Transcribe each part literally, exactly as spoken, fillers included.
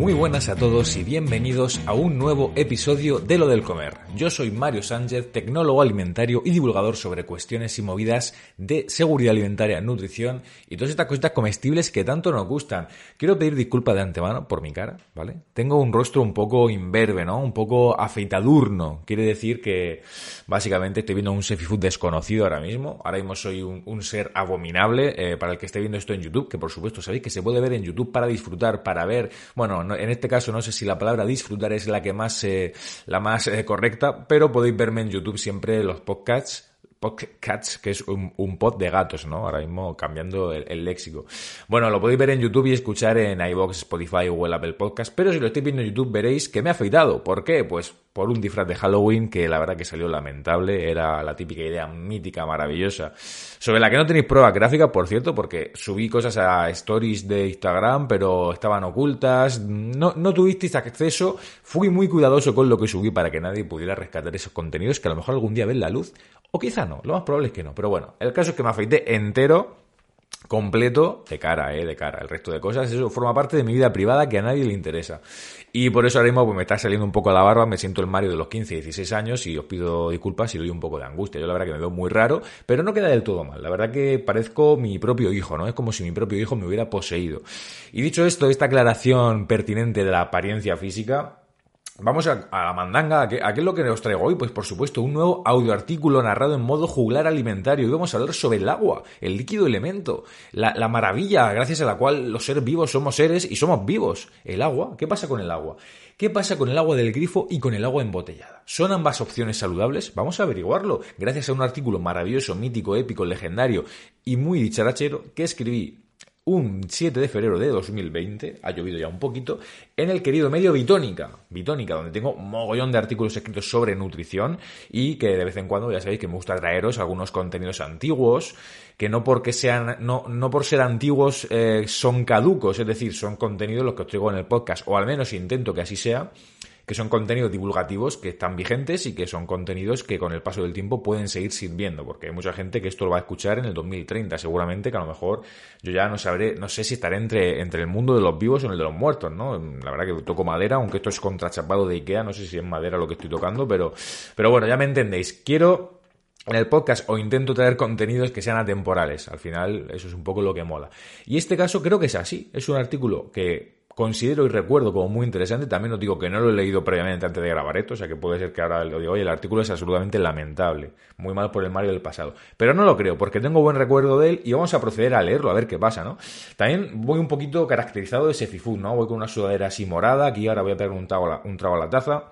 Muy buenas a todos y bienvenidos a un nuevo episodio de Lo del Comer. Yo soy Mario Sánchez, tecnólogo alimentario y divulgador sobre cuestiones y movidas de seguridad alimentaria, nutrición y todas estas cositas comestibles que tanto nos gustan. Quiero pedir disculpas de antemano por mi cara, ¿vale? Tengo un rostro un poco imberbe, ¿no? Un poco afeitadurno. Quiere decir que básicamente estoy viendo un seafood desconocido ahora mismo. Ahora mismo soy un, un ser abominable. Eh, para el que esté viendo esto en YouTube, que por supuesto sabéis que se puede ver en YouTube para disfrutar, para ver... Bueno, no, en este caso no sé si la palabra disfrutar es la que más, eh, la más eh, correcta, pero podéis verme en YouTube siempre los podcasts. Podcasts, que es un, un pod de gatos, ¿no? Ahora mismo cambiando el, el léxico. Bueno, lo podéis ver en YouTube y escuchar en iVoox, Spotify o el Apple Podcast, pero si lo estáis viendo en YouTube veréis que me he afeitado. ¿Por qué? Pues por un disfraz de Halloween que la verdad que salió lamentable, era la típica idea mítica, maravillosa, sobre la que no tenéis prueba gráfica, por cierto, porque subí cosas a stories de Instagram, pero estaban ocultas, no, no tuvisteis acceso, fui muy cuidadoso con lo que subí para que nadie pudiera rescatar esos contenidos que a lo mejor algún día ven la luz, o quizá no, lo más probable es que no, pero bueno, el caso es que me afeité entero, completo, de cara, eh, de cara. El resto de cosas, eso forma parte de mi vida privada que a nadie le interesa. Y por eso ahora mismo pues, me está saliendo un poco a la barba, me siento el Mario de los quince, dieciséis años y os pido disculpas si doy un poco de angustia. Yo la verdad que me veo muy raro, pero no queda del todo mal. La verdad que parezco mi propio hijo, ¿no? Es como si mi propio hijo me hubiera poseído. Y dicho esto, esta aclaración pertinente de la apariencia física... Vamos a, a la mandanga. ¿A qué, ¿A qué es lo que os traigo hoy? Pues por supuesto un nuevo audioartículo narrado en modo juglar alimentario. Y vamos a hablar sobre el agua, el líquido elemento, la, la maravilla gracias a la cual los seres vivos somos seres y somos vivos. El agua, ¿qué pasa con el agua? ¿Qué pasa con el agua del grifo y con el agua embotellada? ¿Son ambas opciones saludables? Vamos a averiguarlo gracias a un artículo maravilloso, mítico, épico, legendario y muy dicharachero que escribí un siete de febrero de dos mil veinte, ha llovido ya un poquito, en el querido medio Bitónica, Bitónica, donde tengo un mogollón de artículos escritos sobre nutrición y que de vez en cuando ya sabéis que me gusta traeros algunos contenidos antiguos, que no porque sean, no, no por ser antiguos eh, son caducos, es decir, son contenidos los que os traigo en el podcast, o al menos intento que así sea, que son contenidos divulgativos que están vigentes y que son contenidos que con el paso del tiempo pueden seguir sirviendo, porque hay mucha gente que esto lo va a escuchar en el dos mil treinta, seguramente que a lo mejor yo ya no sabré, no sé si estaré entre, entre el mundo de los vivos o en el de los muertos, ¿no? La verdad que toco madera, aunque esto es contrachapado de Ikea, no sé si es madera lo que estoy tocando, pero, pero bueno, ya me entendéis. Quiero... En el podcast o intento traer contenidos que sean atemporales. Al final, eso es un poco lo que mola. Y este caso creo que es así. Es un artículo que considero y recuerdo como muy interesante. También os digo que no lo he leído previamente antes de grabar esto. O sea que puede ser que ahora lo diga, oye, el artículo es absolutamente lamentable. Muy mal por el Mario del pasado. Pero no lo creo, porque tengo buen recuerdo de él y vamos a proceder a leerlo, a ver qué pasa, ¿no? También voy un poquito caracterizado de seafood, ¿no? Voy con una sudadera así morada. Aquí ahora voy a traer un trago a la, un trago a la taza.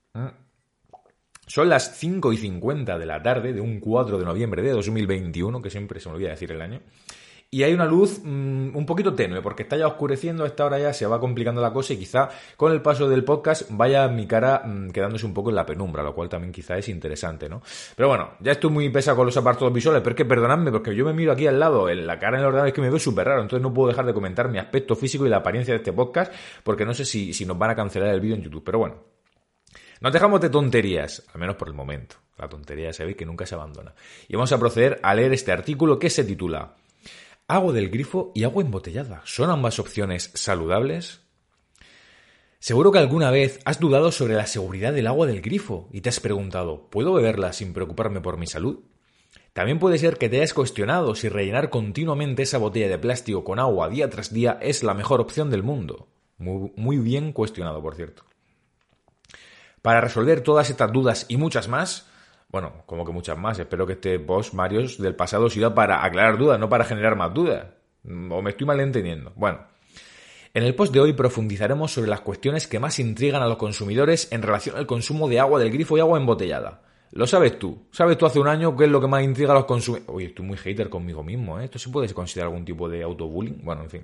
Son las cinco y cincuenta de la tarde de un cuatro de noviembre de dos mil veintiuno, que siempre se me olvida decir el año. Y hay una luz mmm, un poquito tenue, porque está ya oscureciendo, a esta hora ya se va complicando la cosa y quizá con el paso del podcast vaya mi cara mmm, quedándose un poco en la penumbra, lo cual también quizá es interesante, ¿no? Pero bueno, ya estoy muy pesado con los apartados visuales, pero es que perdonadme, porque yo me miro aquí al lado, en la cara en el ordenador es que me veo súper raro, entonces no puedo dejar de comentar mi aspecto físico y la apariencia de este podcast, porque no sé si, si nos van a cancelar el vídeo en YouTube, pero bueno. Nos dejamos de tonterías, al menos por el momento. La tontería ya sabéis que nunca se abandona. Y vamos a proceder a leer este artículo que se titula ¿Agua del grifo y agua embotellada? ¿Son ambas opciones saludables? Seguro que alguna vez has dudado sobre la seguridad del agua del grifo y te has preguntado, ¿puedo beberla sin preocuparme por mi salud? También puede ser que te hayas cuestionado si rellenar continuamente esa botella de plástico con agua día tras día es la mejor opción del mundo. Muy, muy bien cuestionado, por cierto. Para resolver todas estas dudas y muchas más, bueno, como que muchas más, espero que este post, Mario, del pasado sirva para aclarar dudas, no para generar más dudas. O me estoy malentendiendo. Bueno, en el post de hoy profundizaremos sobre las cuestiones que más intrigan a los consumidores en relación al consumo de agua del grifo y agua embotellada. Lo sabes tú. ¿Sabes tú hace un año qué es lo que más intriga a los consumidores? Oye, estoy muy hater conmigo mismo, ¿eh? ¿Esto se puede considerar algún tipo de autobullying? Bueno, en fin.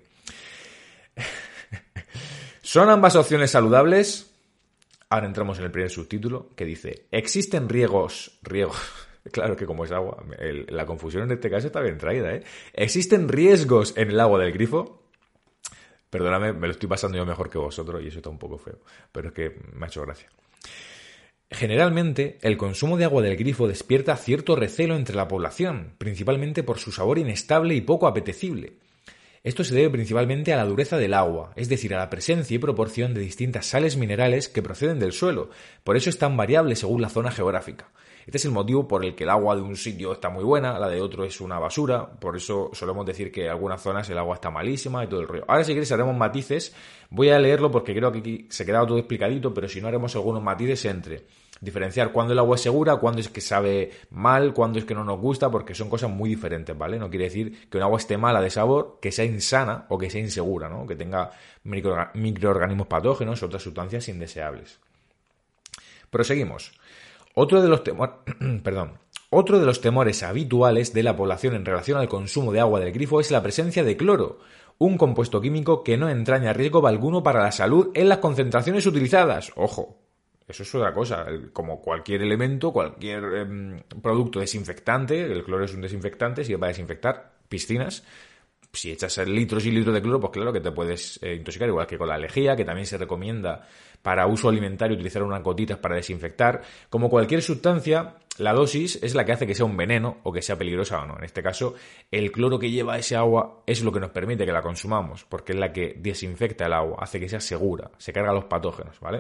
¿Son ambas opciones saludables? Ahora entramos en el primer subtítulo que dice, ¿existen riegos, riegos, claro que como es agua, el, la confusión en este caso está bien traída, ¿eh? ¿Existen riesgos en el agua del grifo? Perdóname, me lo estoy pasando yo mejor que vosotros y eso está un poco feo, pero es que me ha hecho gracia. Generalmente, el consumo de agua del grifo despierta cierto recelo entre la población, principalmente por su sabor inestable y poco apetecible. Esto se debe principalmente a la dureza del agua, es decir, a la presencia y proporción de distintas sales minerales que proceden del suelo. Por eso es tan variable según la zona geográfica. Este es el motivo por el que el agua de un sitio está muy buena, la de otro es una basura, por eso solemos decir que en algunas zonas el agua está malísima y todo el rollo. Ahora si queréis haremos matices, voy a leerlo porque creo que aquí se queda todo explicadito, pero si no haremos algunos matices entre diferenciar cuándo el agua es segura, cuándo es que sabe mal, cuándo es que no nos gusta, porque son cosas muy diferentes, ¿vale? No quiere decir que un agua esté mala de sabor, que sea insana o que sea insegura, ¿no? Que tenga micro, microorganismos patógenos o otras sustancias indeseables. Proseguimos. Otro de los temores, perdón, otro de los temores habituales de la población en relación al consumo de agua del grifo es la presencia de cloro, un compuesto químico que no entraña riesgo alguno para la salud en las concentraciones utilizadas. Ojo, eso es otra cosa. Como cualquier elemento, cualquier eh, producto desinfectante, el cloro es un desinfectante, sirve para desinfectar piscinas. Si echas litros y litros de cloro, pues claro que te puedes eh, intoxicar, igual que con la lejía, que también se recomienda para uso alimentario utilizar unas gotitas para desinfectar. Como cualquier sustancia, la dosis es la que hace que sea un veneno o que sea peligrosa o no. En este caso, el cloro que lleva ese agua es lo que nos permite que la consumamos, porque es la que desinfecta el agua, hace que sea segura, se carga los patógenos, ¿vale?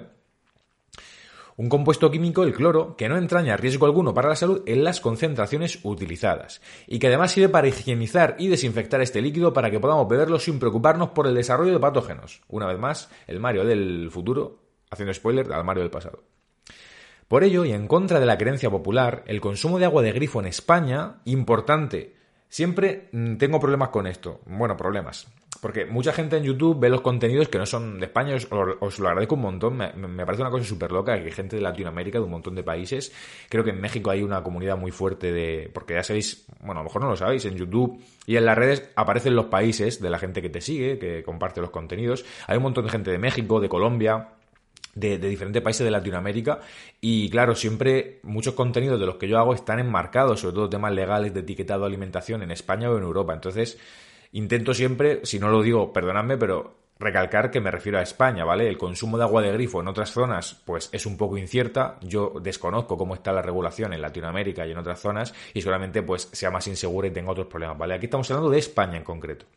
Un compuesto químico, el cloro, que no entraña riesgo alguno para la salud en las concentraciones utilizadas y que además sirve para higienizar y desinfectar este líquido para que podamos beberlo sin preocuparnos por el desarrollo de patógenos. Una vez más, el Mario del futuro, haciendo spoiler al Mario del pasado. Por ello, y en contra de la creencia popular, el consumo de agua de grifo en España, importante. Siempre tengo problemas con esto. Bueno, problemas. Porque mucha gente en YouTube ve los contenidos que no son de España, os, os lo agradezco un montón, me, me parece una cosa súper loca que gente de Latinoamérica, de un montón de países, creo que en México hay una comunidad muy fuerte de, porque ya sabéis, bueno, a lo mejor no lo sabéis, en YouTube y en las redes aparecen los países de la gente que te sigue, que comparte los contenidos, hay un montón de gente de México, de Colombia, De, de diferentes países de Latinoamérica y claro, siempre muchos contenidos de los que yo hago están enmarcados, sobre todo temas legales de etiquetado de alimentación en España o en Europa, entonces intento siempre, si no lo digo, perdonadme, pero recalcar que me refiero a España, ¿vale? El consumo de agua de grifo en otras zonas pues es un poco incierta, yo desconozco cómo está la regulación en Latinoamérica y en otras zonas y seguramente pues sea más insegura y tenga otros problemas, ¿vale? Aquí estamos hablando de España en concreto.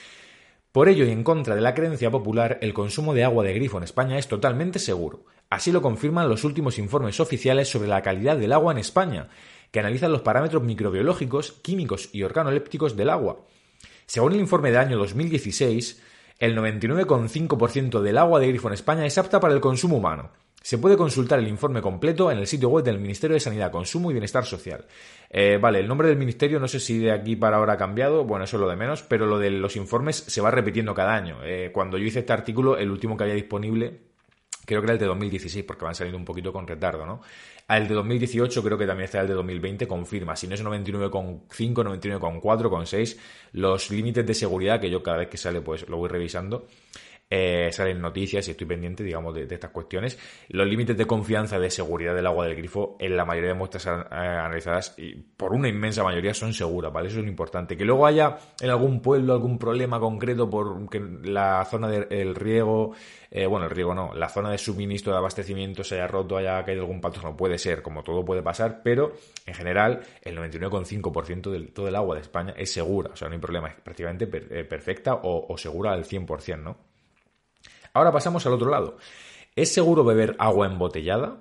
Por ello y en contra de la creencia popular, el consumo de agua de grifo en España es totalmente seguro. Así lo confirman los últimos informes oficiales sobre la calidad del agua en España, que analizan los parámetros microbiológicos, químicos y organolépticos del agua. Según el informe del año dos mil dieciséis, el noventa y nueve coma cinco por ciento del agua de grifo en España es apta para el consumo humano. Se puede consultar el informe completo en el sitio web del Ministerio de Sanidad, Consumo y Bienestar Social. Eh, vale, el nombre del ministerio no sé si de aquí para ahora ha cambiado, bueno, eso es lo de menos, pero lo de los informes se va repitiendo cada año. Eh, cuando yo hice este artículo, el último que había disponible, creo que era el de dos mil dieciséis, porque van saliendo un poquito con retardo, ¿no? El de dos mil dieciocho creo que también está el de dos mil veinte, confirma. Si no es noventa y nueve coma cinco, noventa y nueve coma cuatro, coma seis, los límites de seguridad, que yo cada vez que sale pues lo voy revisando, Eh, salen noticias y estoy pendiente, digamos, de, de estas cuestiones. Los límites de confianza de seguridad del agua del grifo en la mayoría de muestras eh, analizadas, y por una inmensa mayoría, son seguras, ¿vale? Eso es lo importante. Que luego haya en algún pueblo algún problema concreto porque la zona del riego, eh, bueno, el riego no, la zona de suministro de abastecimiento se haya roto, haya caído algún patógeno, puede ser, como todo puede pasar, pero en general el noventa y nueve coma cinco por ciento de todo el agua de España es segura, o sea, no hay problema, es prácticamente per, eh, perfecta o, o segura al cien por ciento, ¿no? Ahora pasamos al otro lado. ¿Es seguro beber agua embotellada?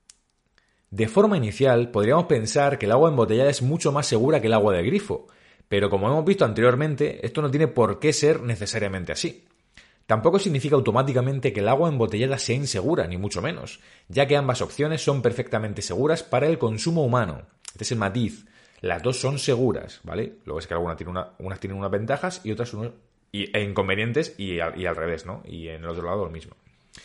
De forma inicial, podríamos pensar que el agua embotellada es mucho más segura que el agua de grifo, pero como hemos visto anteriormente, esto no tiene por qué ser necesariamente así. Tampoco significa automáticamente que el agua embotellada sea insegura, ni mucho menos, ya que ambas opciones son perfectamente seguras para el consumo humano. Este es el matiz. Las dos son seguras, ¿vale? Luego es que algunas tienen, una, unas tienen unas ventajas y otras unos... Y, e inconvenientes y al, y al revés, ¿no? Y en el otro lado lo mismo.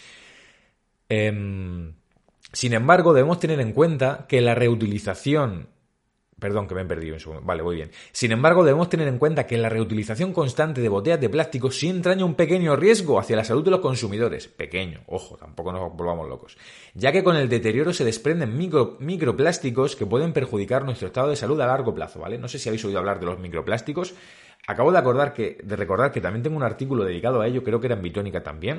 Eh, sin embargo, debemos tener en cuenta que la reutilización... Perdón, que me he perdido un segundo. Vale, voy bien. Sin embargo, debemos tener en cuenta que la reutilización constante de botellas de plástico sí entraña un pequeño riesgo hacia la salud de los consumidores. Pequeño, ojo, tampoco nos volvamos locos. Ya que con el deterioro se desprenden micro, microplásticos que pueden perjudicar nuestro estado de salud a largo plazo, ¿vale? No sé si habéis oído hablar de los microplásticos. Acabo de acordar que, de recordar que también tengo un artículo dedicado a ello, creo que era en Bitónica también,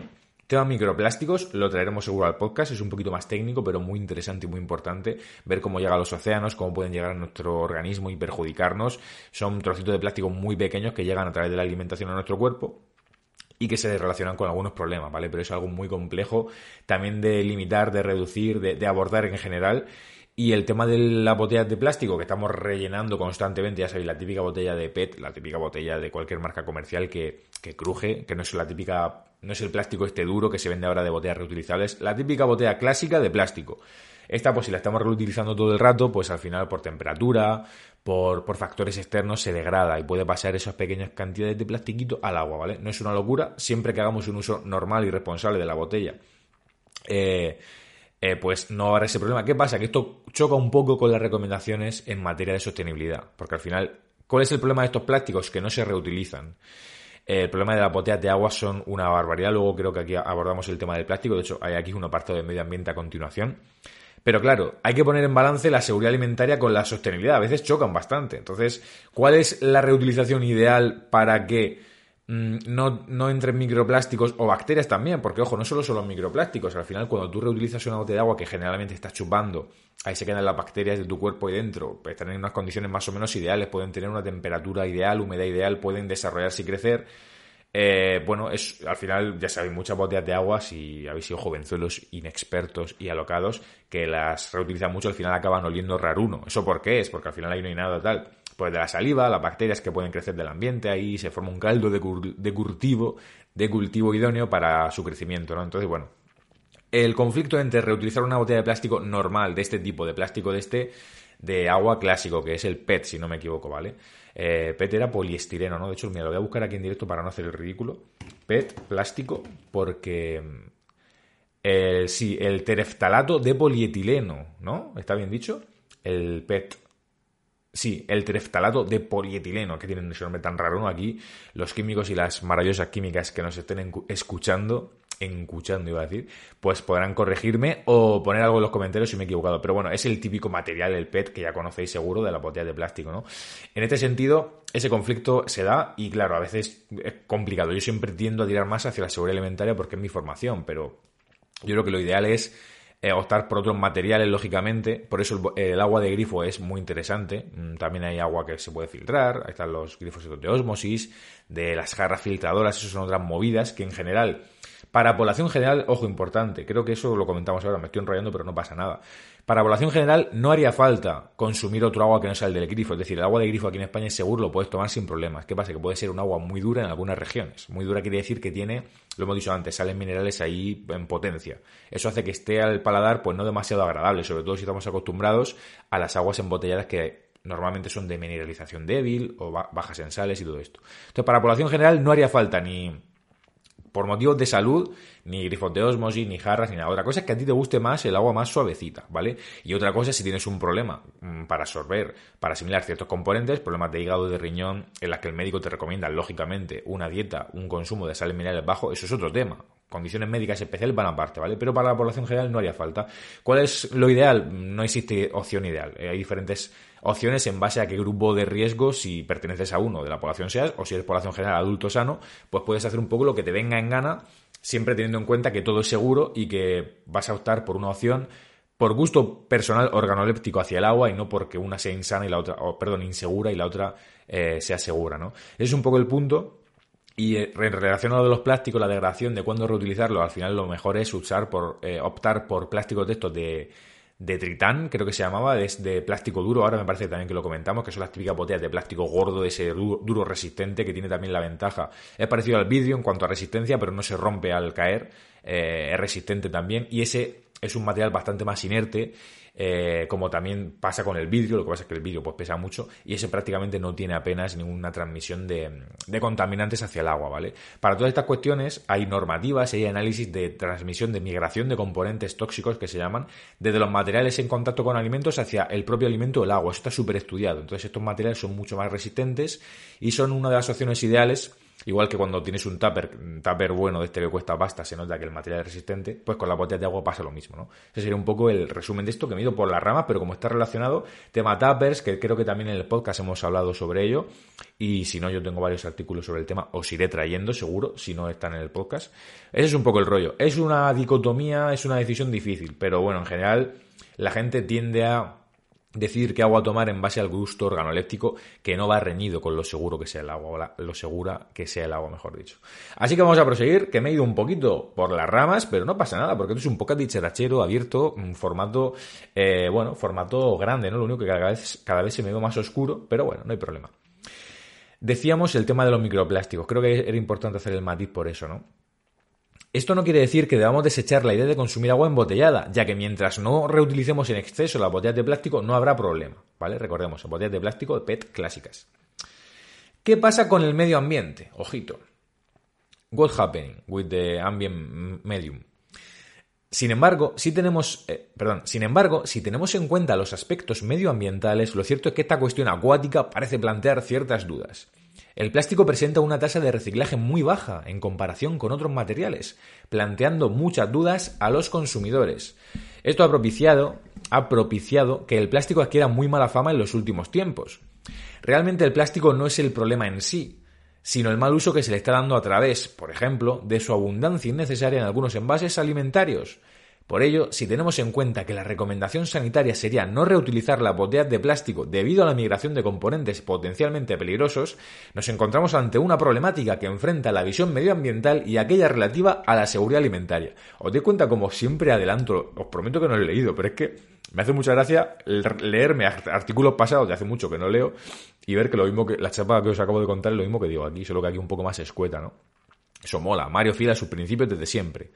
Tema microplásticos, lo traeremos seguro al podcast, es un poquito más técnico, pero muy interesante y muy importante ver cómo llega a los océanos, cómo pueden llegar a nuestro organismo y perjudicarnos. Son trocitos de plástico muy pequeños que llegan a través de la alimentación a nuestro cuerpo y que se relacionan con algunos problemas, ¿vale? Pero es algo muy complejo también de limitar, de reducir, de, de abordar en general. Y el tema de las botellas de plástico que estamos rellenando constantemente, ya sabéis, la típica botella de P E T, la típica botella de cualquier marca comercial que, que cruje, que no es la típica, no es el plástico este duro que se vende ahora de botellas reutilizables, la típica botella clásica de plástico. Esta, pues si la estamos reutilizando todo el rato, pues al final por temperatura, por, por factores externos se degrada y puede pasar esas pequeñas cantidades de plastiquito al agua, ¿vale? No es una locura, siempre que hagamos un uso normal y responsable de la botella. Eh... Eh, pues no habrá ese problema. ¿Qué pasa? Que esto choca un poco con las recomendaciones en materia de sostenibilidad, porque al final, ¿cuál es el problema de estos plásticos? Que no se reutilizan. Eh, el problema de las botellas de agua son una barbaridad, luego creo que aquí abordamos el tema del plástico, de hecho hay aquí un apartado de medio ambiente a continuación. Pero claro, hay que poner en balance la seguridad alimentaria con la sostenibilidad, a veces chocan bastante. Entonces, ¿cuál es la reutilización ideal para que No, no entren microplásticos o bacterias también? Porque, ojo, no solo son los microplásticos. Al final, cuando tú reutilizas una botella de agua que generalmente estás chupando, ahí se quedan las bacterias de tu cuerpo ahí dentro. Pues están en unas condiciones más o menos ideales, pueden tener una temperatura ideal, humedad ideal, pueden desarrollarse y crecer. Eh, bueno, es al final, ya sabéis, muchas botellas de agua, si habéis sido jovenzuelos inexpertos y alocados, que las reutilizan mucho, al final acaban oliendo raruno. ¿Eso por qué es? Porque al final ahí no hay nada tal. Pues de la saliva, las bacterias que pueden crecer del ambiente, ahí se forma un caldo de, cur- de cultivo, de cultivo idóneo para su crecimiento, ¿no? Entonces, bueno, el conflicto entre reutilizar una botella de plástico normal, de este tipo, de plástico de este, de agua clásico, que es el P E T, si no me equivoco, ¿vale? Eh, P E T era poliestireno, ¿no? De hecho, mira, lo voy a buscar aquí en directo para no hacer el ridículo. P E T, plástico, porque... Eh, sí, el tereftalato de polietileno, ¿no? ¿Está bien dicho? El P E T. Sí, el tereftalato de polietileno, que tienen ese nombre tan raro, ¿no? Aquí los químicos y las maravillosas químicas que nos estén escuchando, escuchando iba a decir, pues podrán corregirme o poner algo en los comentarios si me he equivocado. Pero bueno, es el típico material, el P E T, que ya conocéis seguro, de la botella de plástico, ¿no? En este sentido, ese conflicto se da y claro, a veces es complicado. Yo siempre tiendo a tirar más hacia la seguridad alimentaria porque es mi formación, pero yo creo que lo ideal es Eh, optar por otros materiales, lógicamente. Por eso el, el agua de grifo es muy interesante. También hay agua que se puede filtrar. Ahí están los grifos de ósmosis, de las jarras filtradoras. Eso son otras movidas que en general, para población general, ojo, importante. Creo que eso lo comentamos ahora, me estoy enrollando, pero no pasa nada. Para población general no haría falta consumir otro agua que no sea el del grifo. Es decir, el agua de grifo aquí en España es seguro, lo puedes tomar sin problemas. ¿Qué pasa? Que puede ser un agua muy dura en algunas regiones. Muy dura quiere decir que tiene, lo hemos dicho antes, sales minerales ahí en potencia. Eso hace que esté al paladar pues no demasiado agradable, sobre todo si estamos acostumbrados a las aguas embotelladas que normalmente son de mineralización débil o bajas en sales y todo esto. Entonces, para población general no haría falta ni... por motivos de salud, ni grifos de ósmosis, ni jarras, ni nada. Otra cosa es que a ti te guste más el agua más suavecita, ¿vale? Y otra cosa es si tienes un problema mmm, para absorber, para asimilar ciertos componentes, problemas de hígado, de riñón, en las que el médico te recomienda, lógicamente, una dieta, un consumo de sales minerales bajo, eso es otro tema. Condiciones médicas especiales van aparte, ¿vale? Pero para la población general no haría falta. ¿Cuál es lo ideal? No existe opción ideal. Eh, hay diferentes opciones en base a qué grupo de riesgo, si perteneces a uno de la población seas, o si eres población general adulto sano, pues puedes hacer un poco lo que te venga en gana, siempre teniendo en cuenta que todo es seguro y que vas a optar por una opción por gusto personal organoléptico hacia el agua y no porque una sea insana y la otra, o, perdón, insegura y la otra eh, sea segura, ¿no? Ese es un poco el punto. Y en relación a lo de los plásticos, la degradación de cuándo reutilizarlo, al final lo mejor es usar por eh, optar por plásticos de estos de, de tritán, creo que se llamaba, de, de plástico duro. Ahora me parece también que lo comentamos, que son las típicas botellas de plástico gordo, de ese duro, duro resistente, que tiene también la ventaja. Es parecido al vidrio en cuanto a resistencia, pero no se rompe al caer. Eh, es resistente también. Y ese es un material bastante más inerte, eh, como también pasa con el vidrio. Lo que pasa es que el vidrio pues pesa mucho y ese prácticamente no tiene apenas ninguna transmisión de, de contaminantes hacia el agua, ¿vale? Para todas estas cuestiones hay normativas y hay análisis de transmisión, de migración de componentes tóxicos que se llaman, desde los materiales en contacto con alimentos hacia el propio alimento o el agua. Esto está súper estudiado. Entonces estos materiales son mucho más resistentes y son una de las opciones ideales Igual que cuando tienes un tupper, un tupper bueno de este que cuesta pasta, se nota que el material es resistente, pues con las botellas de agua pasa lo mismo, ¿no? Ese sería un poco el resumen de esto, que me he ido por las ramas, pero como está relacionado, tema tuppers, que creo que también en el podcast hemos hablado sobre ello, y si no, yo tengo varios artículos sobre el tema, os iré trayendo, seguro, si no están en el podcast. Ese es un poco el rollo. Es una dicotomía, es una decisión difícil, pero bueno, en general, la gente tiende a decidir qué agua tomar en base al gusto organoléptico, que no va reñido con lo seguro que sea el agua, lo segura que sea el agua, mejor dicho. Así que vamos a proseguir, que me he ido un poquito por las ramas, pero no pasa nada, porque esto es un podcast dicharachero, abierto, un formato, eh, bueno, formato grande, ¿no? Lo único que cada vez, cada vez se me ve más oscuro, pero bueno, no hay problema. Decíamos el tema de los microplásticos, creo que era importante hacer el matiz por eso, ¿no? Esto no quiere decir que debamos desechar la idea de consumir agua embotellada, ya que mientras no reutilicemos en exceso las botellas de plástico no habrá problema, ¿vale? Recordemos, botellas de plástico de P E T clásicas. ¿Qué pasa con el medio ambiente? Ojito. What's happening with the ambient medium? Sin embargo, si tenemos, eh, perdón, sin embargo, si tenemos en cuenta los aspectos medioambientales, lo cierto es que esta cuestión acuática parece plantear ciertas dudas. El plástico presenta una tasa de reciclaje muy baja en comparación con otros materiales, planteando muchas dudas a los consumidores. Esto ha propiciado, ha propiciado que el plástico adquiera muy mala fama en los últimos tiempos. Realmente el plástico no es el problema en sí, sino el mal uso que se le está dando a través, por ejemplo, de su abundancia innecesaria en algunos envases alimentarios. Por ello, si tenemos en cuenta que la recomendación sanitaria sería no reutilizar las botellas de plástico debido a la migración de componentes potencialmente peligrosos, nos encontramos ante una problemática que enfrenta la visión medioambiental y aquella relativa a la seguridad alimentaria. Os dais cuenta como siempre adelanto, os prometo que no lo he leído, pero es que me hace mucha gracia leerme artículos pasados de hace mucho que no leo y ver que lo mismo que la chapa que os acabo de contar es lo mismo que digo aquí, solo que aquí un poco más escueta, ¿no? Eso mola. Mario fila sus principios desde siempre.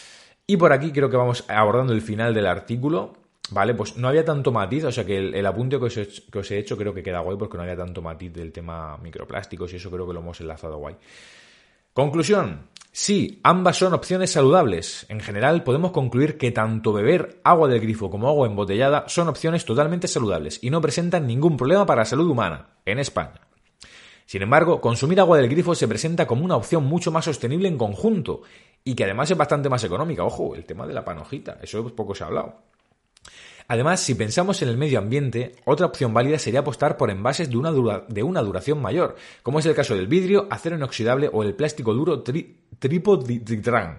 Y por aquí creo que vamos abordando el final del artículo, ¿vale? Pues no había tanto matiz, o sea que el, el apunte que os, he, que os he hecho creo que queda guay porque no había tanto matiz del tema microplásticos y eso creo que lo hemos enlazado guay. Conclusión. Sí, ambas son opciones saludables. En general, podemos concluir que tanto beber agua del grifo como agua embotellada son opciones totalmente saludables y no presentan ningún problema para la salud humana, en España. Sin embargo, consumir agua del grifo se presenta como una opción mucho más sostenible en conjunto y que además es bastante más económica. Ojo, el tema de la panojita, eso poco se ha hablado. Además, si pensamos en el medio ambiente, otra opción válida sería apostar por envases de una, dura, de una duración mayor, como es el caso del vidrio, acero inoxidable o el plástico duro tri, tripotritran,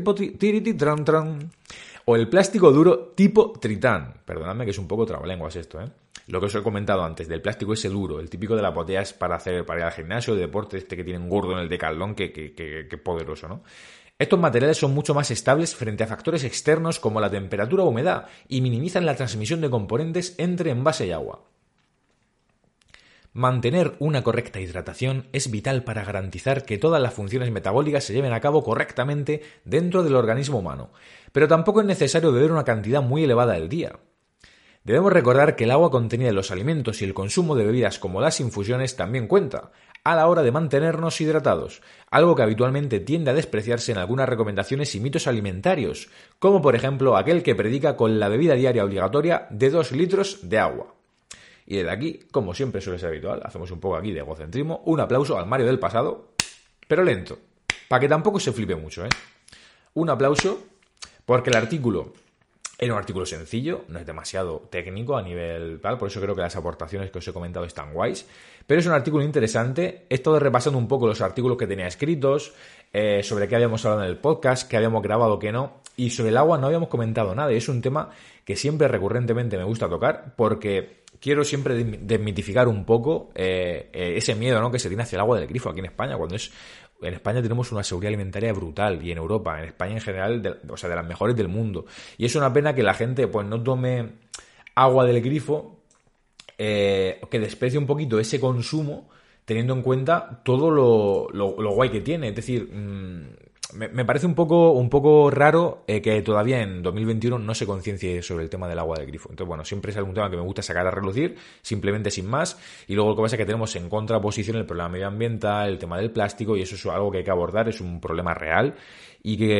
tripotritran, o el plástico duro tipo tritán. Perdonadme que es un poco trabalenguas esto, ¿eh? Lo que os he comentado antes, del plástico ese duro, el típico de las botellas para hacer para ir al gimnasio, de deporte, este que tienen gordo en el Decathlon, que, que, que, que poderoso, ¿no? Estos materiales son mucho más estables frente a factores externos como la temperatura o humedad y minimizan la transmisión de componentes entre envase y agua. Mantener una correcta hidratación es vital para garantizar que todas las funciones metabólicas se lleven a cabo correctamente dentro del organismo humano, pero tampoco es necesario beber una cantidad muy elevada al día. Debemos recordar que el agua contenida en los alimentos y el consumo de bebidas como las infusiones también cuenta a la hora de mantenernos hidratados, algo que habitualmente tiende a despreciarse en algunas recomendaciones y mitos alimentarios, como por ejemplo aquel que predica con la bebida diaria obligatoria de dos litros de agua. Y desde aquí, como siempre suele ser habitual, hacemos un poco aquí de egocentrismo, un aplauso al Mario del pasado, pero lento, para que tampoco se flipe mucho, ¿eh? Un aplauso porque el artículo era un artículo sencillo, no es demasiado técnico a nivel tal, por eso creo que las aportaciones que os he comentado están guays, pero es un artículo interesante. He estado repasando un poco los artículos que tenía escritos, eh, sobre qué habíamos hablado en el podcast, qué habíamos grabado, qué no, y sobre el agua no habíamos comentado nada, y es un tema que siempre recurrentemente me gusta tocar, porque quiero siempre desmitificar un poco eh, eh, ese miedo, ¿no?, que se tiene hacia el agua del grifo aquí en España, cuando es... En España tenemos una seguridad alimentaria brutal y en Europa, en España en general, de, o sea, de las mejores del mundo. Y es una pena que la gente pues no tome agua del grifo, eh, que desprecie un poquito ese consumo, teniendo en cuenta todo lo, lo, lo guay que tiene. Es decir, mmm, me, me parece un poco, un poco raro eh, que todavía en dos mil veintiuno no se conciencie sobre el tema del agua del grifo. Entonces, bueno, siempre es algún tema que me gusta sacar a relucir, simplemente sin más. Y luego lo que pasa es que tenemos en contraposición el problema medioambiental, el tema del plástico, y eso es algo que hay que abordar, es un problema real y que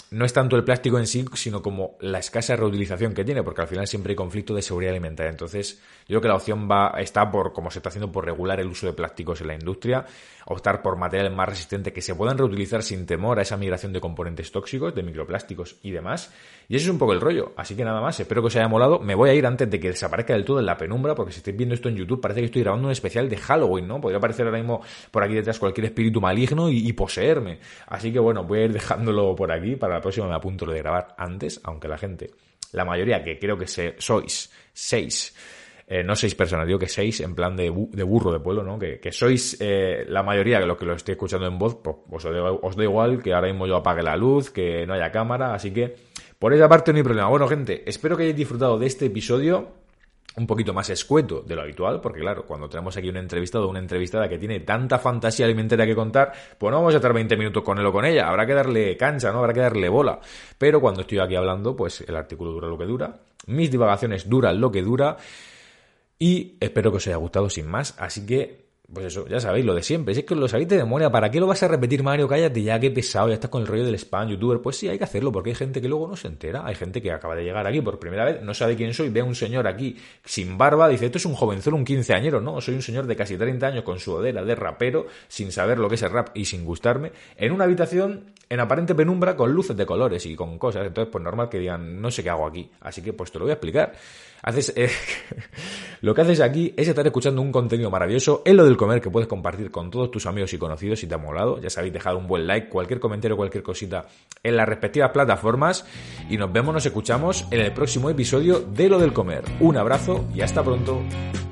no es tanto el plástico en sí, sino como la escasa reutilización que tiene, porque al final siempre hay conflicto de seguridad alimentaria. Entonces, yo creo que la opción va está por, como se está haciendo, por regular el uso de plásticos en la industria, optar por materiales más resistentes que se puedan reutilizar sin temor a esa migración de componentes tóxicos, de microplásticos y demás. Y ese es un poco el rollo. Así que nada más, espero que os haya molado. Me voy a ir antes de que desaparezca del todo en la penumbra, porque si estáis viendo esto en YouTube parece que estoy grabando un especial de Halloween, ¿no? Podría aparecer ahora mismo por aquí detrás cualquier espíritu maligno y, y poseerme. Así que bueno, voy a ir dejándolo por aquí. Para la próxima me apunto lo de grabar antes, aunque la gente, la mayoría, que creo que se, sois seis, eh, no seis personas, digo que seis en plan de, bu, de burro de pueblo, ¿no? Que, que sois eh, la mayoría de los que lo estoy escuchando en voz, pues os da, os da igual que ahora mismo yo apague la luz, que no haya cámara, así que por esa parte no hay problema. Bueno, gente, espero que hayáis disfrutado de este episodio un poquito más escueto de lo habitual, porque claro, cuando tenemos aquí un entrevistado o una entrevistada que tiene tanta fantasía alimentaria que contar, pues no vamos a estar veinte minutos con él o con ella, habrá que darle cancha, ¿no? Habrá que darle bola. Pero cuando estoy aquí hablando, pues el artículo dura lo que dura, mis divagaciones duran lo que dura, y espero que os haya gustado sin más, así que pues eso, ya sabéis, lo de siempre. Si es que lo sabéis de memoria, ¿para qué lo vas a repetir, Mario? Cállate ya, qué pesado, ya estás con el rollo del spam, youtuber. Pues sí, hay que hacerlo, porque hay gente que luego no se entera. Hay gente que acaba de llegar aquí por primera vez, no sabe quién soy, ve a un señor aquí sin barba, dice, esto es un jovenzuelo, un quinceañero, ¿no? Soy un señor de casi treinta años con sudadera de rapero, sin saber lo que es el rap y sin gustarme, en una habitación en aparente penumbra con luces de colores y con cosas. Entonces, pues normal que digan, no sé qué hago aquí. Así que pues te lo voy a explicar. Haces, eh, lo que haces aquí es estar escuchando un contenido maravilloso en lo del comer que puedes compartir con todos tus amigos y conocidos si te ha molado. Ya sabéis, dejar un buen like, cualquier comentario, cualquier cosita en las respectivas plataformas. Y nos vemos, nos escuchamos en el próximo episodio de Lo del Comer. Un abrazo y hasta pronto.